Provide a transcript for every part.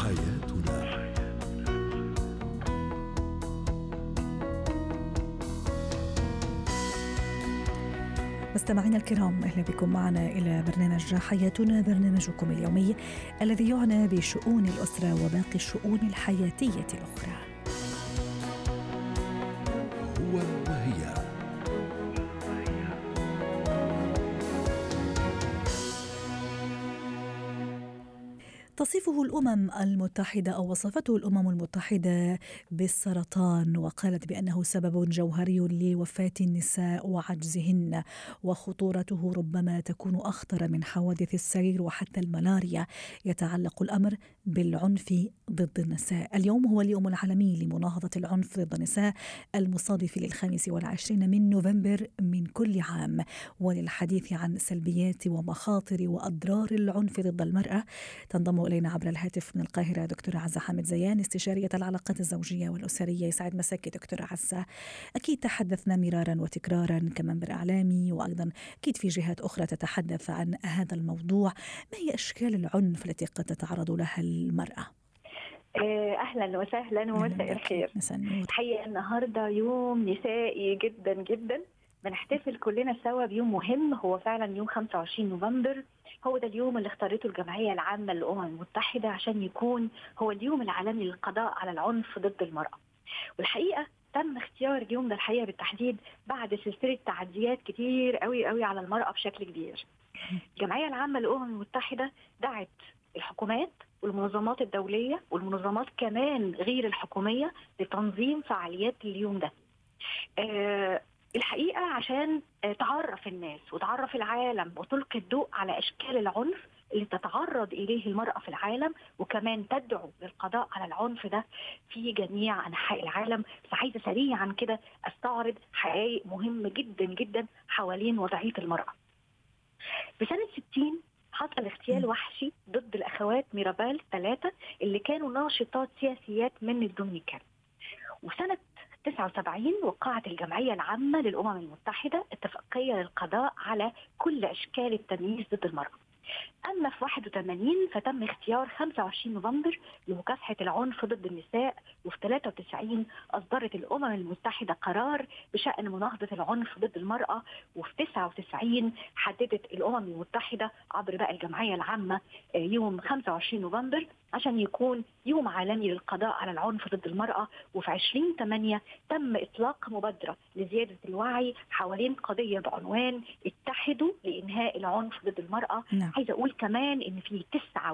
حياتنا. مستمعينا الكرام، أهلا بكم معنا إلى برنامج حياتنا، برنامجكم اليومي الذي يعنى بشؤون الأسرة وباقي الشؤون الحياتية الأخرى. هو وهي. تصفه الأمم المتحدة أو وصفته الأمم المتحدة بالسرطان، وقالت بأنه سبب جوهري لوفاة النساء وعجزهن، وخطورته ربما تكون أخطر من حوادث السرير وحتى الملاريا. يتعلق الأمر بالعنف ضد النساء. اليوم هو اليوم العالمي لمناهضة العنف ضد النساء، المصادف ل25 من نوفمبر من كل عام. وللحديث عن سلبيات ومخاطر وأضرار العنف ضد المرأة تنضم إلينا عبر الهاتف من القاهرة دكتورة عزة حامد زيان، استشارية العلاقات الزوجية والأسرية. يسعد مساكي دكتورة عزة. أكيد تحدثنا مرارا وتكرارا كمنبر إعلامي، وأيضا أكيد في جهات أخرى تتحدث عن هذا الموضوع. ما هي أشكال العنف التي قد تتعرض لها المرأة؟ أهلا وسهلا ومساء الخير. حقيقة النهاردة يوم نسائي جدا جدا، بنحتفل كلنا سوا بيوم مهم، هو فعلا يوم 25 نوفمبر. هو ده اليوم اللي اختارته الجمعية العامة للأمم المتحدة عشان يكون هو اليوم العالمي للقضاء على العنف ضد المرأة. والحقيقة تم اختيار اليوم ده الحقيقة بالتحديد بعد سلسلة تعديات كتير قوي قوي على المرأة بشكل كبير. الجمعية العامة للأمم المتحدة دعت الحكومات والمنظمات الدولية والمنظمات كمان غير الحكومية لتنظيم فعاليات اليوم ده. الحقيقة عشان تعرف الناس وتعرف العالم وتلقي الضوء على أشكال العنف اللي تتعرض إليه المرأة في العالم، وكمان تدعو للقضاء على العنف ده في جميع أنحاء العالم. فعايزة سريعا كده أستعرض حقائق مهمة جدا جدا حوالين وضعية المرأة. بسنة 60 حصل اغتيال وحشي ضد الأخوات ميرابال 3 اللي كانوا ناشطات سياسيات من الدومينيكان. وسنة 79 وقعت الجمعية العامة للأمم المتحدة اتفاقية للقضاء على كل أشكال التمييز ضد المرأة. أما في 81 فتم اختيار 25 نوفمبر لمكافحة العنف ضد النساء. وفي 93 أصدرت الأمم المتحدة قرار بشأن مناهضة العنف ضد المرأة. وفي 99 حددت الأمم المتحدة عبر بقى الجمعية العامة يوم 25 نوفمبر عشان يكون يوم عالمي للقضاء على العنف ضد المرأة. وفي 2008 تم إطلاق مبادرة لزيادة الوعي حوالين قضية بعنوان اتحدوا لإنهاء العنف ضد المرأة. عايزة أقول كمان إن في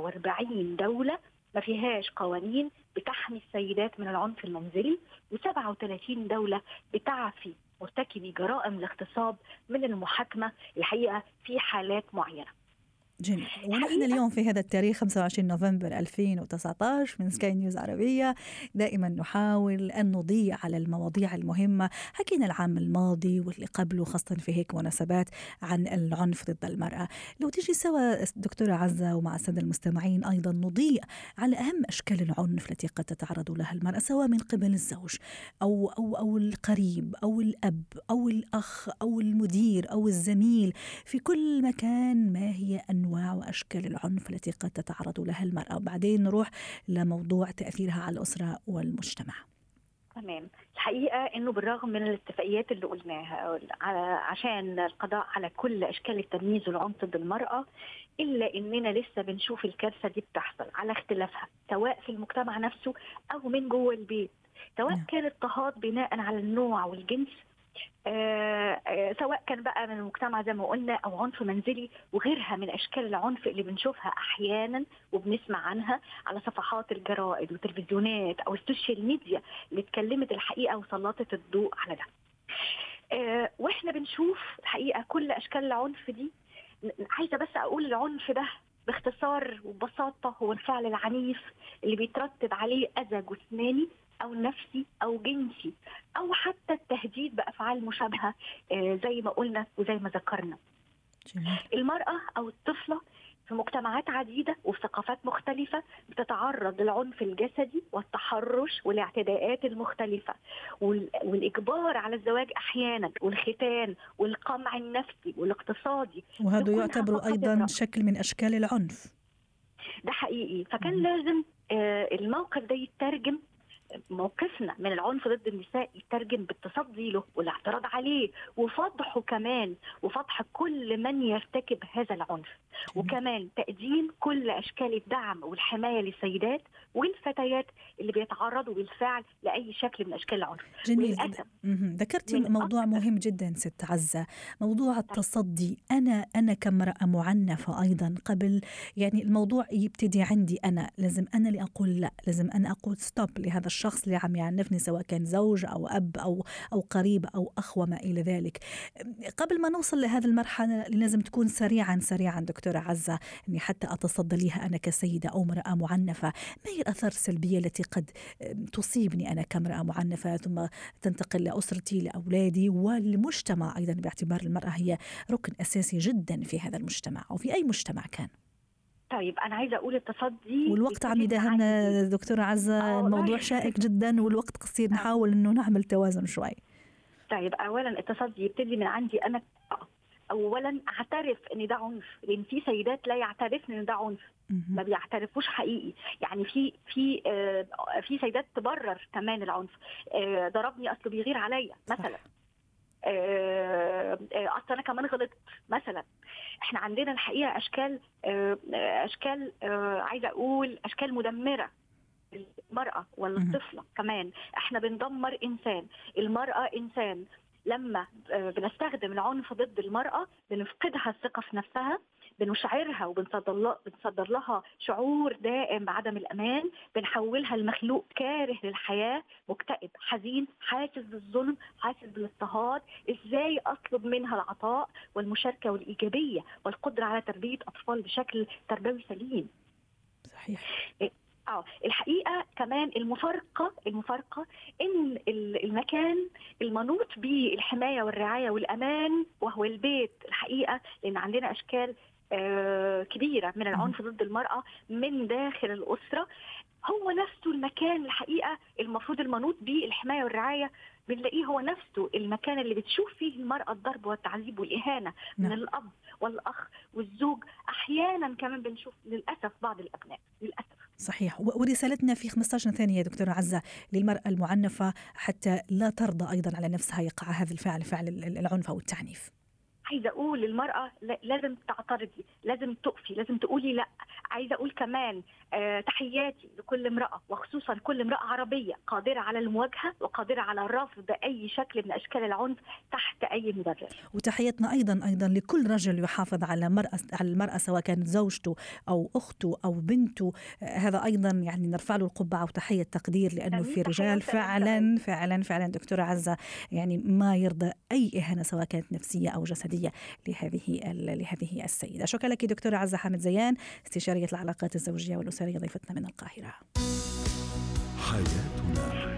49 دولة ما فيهاش قوانين بتحمي السيدات من العنف المنزلي، و37 دولة بتعفي مرتكبي جرائم الاغتصاب من المحاكمة الحقيقة في حالات معينة. جميل. ونحن اليوم في هذا التاريخ 25 نوفمبر 2019 من سكاي نيوز عربية دائما نحاول أن نضيع على المواضيع المهمة. حكينا العام الماضي واللي قبله خاصة في هيك مناسبات عن العنف ضد المرأة. لو تيجي سوا دكتورة عزة ومع السادة المستمعين أيضا نضيع على أهم أشكال العنف التي قد تتعرض لها المرأة، سواء من قبل الزوج أو القريب أو الأب أو الأخ أو المدير أو الزميل في كل مكان. ما هي أنواع وأشكال العنف التي قد تتعرض لها المرأة؟ وبعدين نروح لموضوع تأثيرها على الأسرة والمجتمع. تمام. الحقيقة إنه بالرغم من الاتفاقيات اللي قلناها عشان القضاء على كل أشكال التمييز والعنف ضد المرأة، إلا إننا لسه بنشوف الكارثة دي بتحصل على اختلافها، سواء في المجتمع نفسه أو من جوه البيت، سواء كان اضطهاد بناء على النوع والجنس، سواء كان بقى من المجتمع زي ما قلنا أو عنف منزلي وغيرها من أشكال العنف اللي بنشوفها أحيانا وبنسمع عنها على صفحات الجرائد والتلفزيونات أو السوشيال ميديا اللي اتكلمت الحقيقة وسلطت الضوء على ده. وإحنا بنشوف الحقيقة كل أشكال العنف دي. عايزة بس أقول العنف ده باختصار وببساطة هو الفعل العنيف اللي بيترتب عليه أذى جسماني أو نفسي أو جنسي أو حتى التهديد بأفعال مشابهة زي ما قلنا وزي ما ذكرنا. المرأة أو الطفلة في مجتمعات عديدة وفي ثقافات مختلفة بتتعرض للعنف الجسدي والتحرش والاعتداءات المختلفة والإجبار على الزواج أحيانا والختان والقمع النفسي والاقتصادي، وهذا يعتبر أيضا شكل من أشكال العنف. ده حقيقي. فكان لازم الموقف ده يترجم، موقفنا من العنف ضد النساء يترجم بالتصدي له والاعتراض عليه وفضحه كمان، وفضح كل من يرتكب هذا العنف، وكمان تقديم كل أشكال الدعم والحماية للسيدات والفتيات اللي بيتعرضوا بالفعل لأي شكل من أشكال العنف. جميل جدا. ذكرتي موضوع مهم جدا ست عزة، موضوع التصدي. أنا كامرأة معنفة أيضا، قبل يعني الموضوع يبتدي عندي أنا، لازم أنا اللي أقول لا، لازم أنا أقول ستوب لهذا الشخص اللي عم يعنفني، سواء كان زوج أو أب أو قريب أو أخ وما إلى ذلك. قبل ما نوصل لهذه المرحلة اللي لازم تكون سريعا دكتورة عزة، أني حتى أتصدى لها أنا كسيدة أو امرأة معنفة، ما هي الآثار السلبية التي قد تصيبني أنا كامرأة معنفة ثم تنتقل لأسرتي لأولادي والمجتمع أيضا، باعتبار المرأة هي ركن أساسي جدا في هذا المجتمع أو في أي مجتمع كان. طيب أنا عايزة أقول التصدي، والوقت عم يداهمنا دكتورة عزة، الموضوع شائك جدا والوقت قصير، نحاول إنه نعمل توازن شوي. طيب أولا التصدي يبتدي من عندي أنا. أولا أعترف إن ده عنف، لأن في سيدات لا يعترفن إن ده عنف، ما بيعترفوش حقيقي. يعني في سيدات تبرر كمان العنف، ضربني أصله بيغير عليا مثلا، أصلا أنا كمان غلطت مثلا. احنا عندنا الحقيقة أشكال عايزة أقول أشكال مدمرة المرأة والطفلة كمان. احنا بندمر إنسان، المرأة إنسان. لما بنستخدم العنف ضد المرأة بنفقدها الثقة في نفسها، بنشعرها وبنصدر لها شعور دائم بعدم الأمان، بنحولها لمخلوق كاره للحياة، مكتئب، حزين، حاسس بالظلم، حاسس بالاضطهاد. إزاي أطلب منها العطاء والمشاركة والإيجابية والقدرة على تربية أطفال بشكل تربوي سليم؟ صحيح. الحقيقة كمان المفارقة إن المكان المنوط به الحماية والرعاية والأمان وهو البيت، الحقيقة لأن عندنا أشكال كبيرة من العنف ضد المرأة من داخل الأسرة، هو نفسه المكان الحقيقة المفروض المنوط به الحماية والرعاية، بنلاقيه هو نفسه المكان اللي بتشوف فيه المرأة الضرب والتعذيب والإهانة من الأب والأخ والزوج. أحيانا كمان بنشوف للأسف بعض الأبناء للأسف. صحيح. ورسالتنا في 15 ثانية دكتورة عزة للمرأة المعنفة حتى لا ترضى أيضا على نفسها يقع هذا الفعل، فعل العنف أو التعنيف. عايزة أقول للمرأة لازم تعترضي، لازم تقفي، لازم تقولي لا. عايزة أقول كمان تحياتي لكل امرأة، وخصوصا كل امرأة عربية قادرة على المواجهة وقادرة على رفض أي شكل من أشكال العنف تحت أي مبرر. وتحياتنا أيضا لكل رجل يحافظ على المرأة سواء كانت زوجته أو أخته أو بنته، هذا أيضا يعني نرفع له القبعة وتحية تقدير، لأنه في رجال فعلا دكتورة عزة يعني ما يرضى أي إهانة سواء كانت نفسية أو جسدية لهذه السيدة. شكرا لك دكتورة عزة حامد زيان، استشارية العلاقات الزوجية والأسرية، ضيفتنا من القاهرة. حياتنا.